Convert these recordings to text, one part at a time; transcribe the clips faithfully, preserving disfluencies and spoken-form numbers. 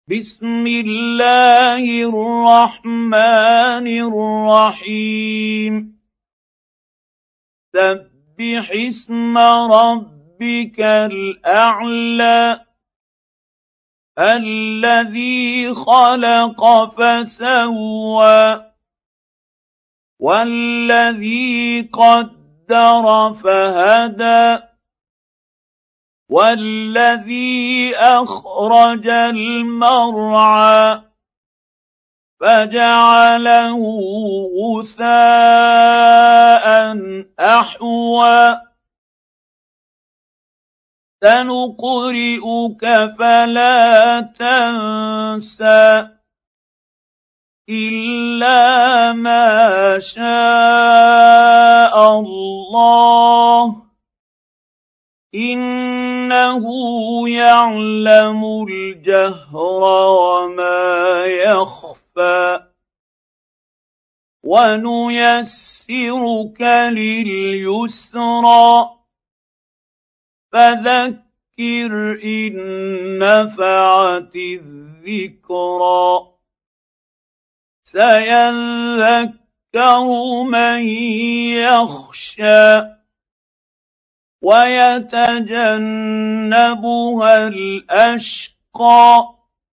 بسم الله الرحمن الرحيم سبح اسم ربك الأعلى الذي خلق فسوى والذي قدر فهدى والذي أخرج المرعى فجعله غثاء أحوى سنقرئك فلا تنسى إلا ما شاء الله إنه يعلم الجهر وما يخفى ونيسرك لليسرى فذكر إن نفعت الذكرى سيذكر من يخشى ويتجنبها الأشقى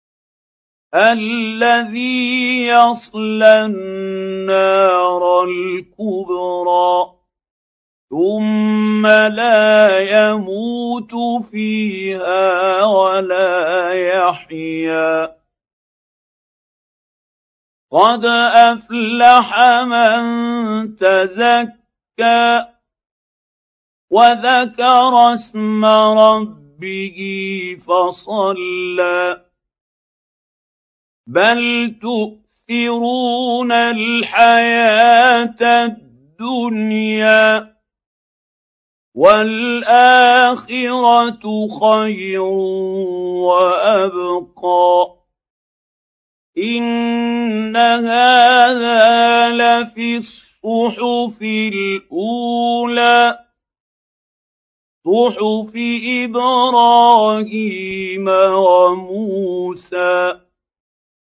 الذي يصلى النار الكبرى ثم لا يموت فيها ولا يحيا قد أفلح من تزكى وذكر اسم ربه فصلى بل تؤثرون الحياة الدنيا والآخرة خير وأبقى إن هذا لفي الصحف الأولى صحف إبراهيم وموسى